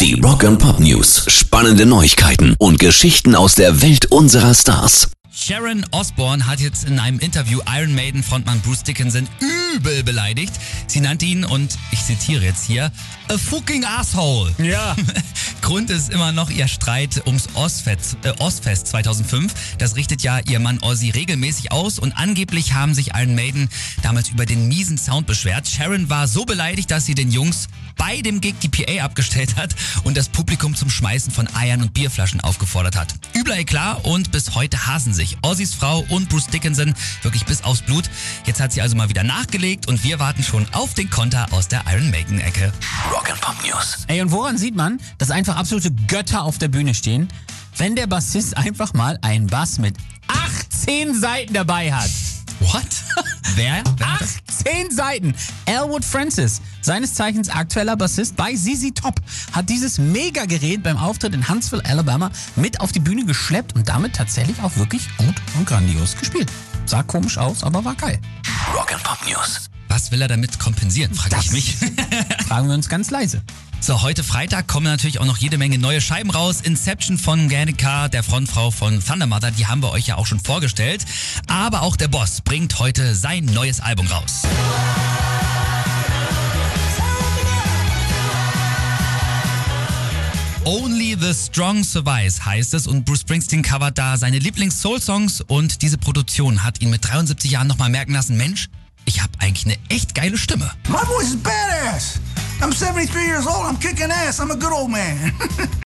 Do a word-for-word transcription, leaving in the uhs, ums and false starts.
Die Rock and Pop News. Spannende Neuigkeiten und Geschichten aus der Welt unserer Stars. Sharon Osbourne hat jetzt in einem Interview Iron Maiden Frontmann Bruce Dickinson übel beleidigt. Sie nannte ihn, und ich zitiere jetzt hier, a fucking asshole. Ja. Grund ist immer noch ihr Streit ums Ozzfest, äh, Ozzfest zweitausendfünf. Das richtet ja ihr Mann Ozzy regelmäßig aus, und angeblich haben sich Iron Maiden damals über den miesen Sound beschwert. Sharon war so beleidigt, dass sie den Jungs bei dem Gig die P A abgestellt hat und das Publikum zum Schmeißen von Eiern und Bierflaschen aufgefordert hat. Übler Eklat, und bis heute hassen sich Ozzys Frau und Bruce Dickinson wirklich bis aufs Blut. Jetzt hat sie also mal wieder nachgelegt, und wir warten schon auf den Konter aus der Iron Maiden-Ecke. Rock and Pop News. Ey, und woran sieht man, dass einfach absolute Götter auf der Bühne stehen? Wenn der Bassist einfach mal einen Bass mit achtzehn Seiten dabei hat. What? Wer? Wer hat das? achtzehn Seiten! Elwood Francis, seines Zeichens aktueller Bassist bei Z Z Top, hat dieses Megagerät beim Auftritt in Huntsville, Alabama mit auf die Bühne geschleppt und damit tatsächlich auch wirklich gut und grandios gespielt. Sah komisch aus, aber war geil. Rock and Pop News. Was will er damit kompensieren, frage ich mich. Fragen wir uns ganz leise. So, heute Freitag kommen natürlich auch noch jede Menge neue Scheiben raus. Inception von Ganica, der Frontfrau von Thunder Mother, die haben wir euch ja auch schon vorgestellt. Aber auch der Boss bringt heute sein neues Album raus. Only the Strong Survives heißt es, und Bruce Springsteen covert da seine Lieblings-Soul-Songs, und diese Produktion hat ihn mit dreiundsiebzig Jahren nochmal merken lassen, Mensch, ich habe eigentlich eine echt geile Stimme. My voice is badass. I'm seventy-three years old. I'm kicking ass. I'm a good old man.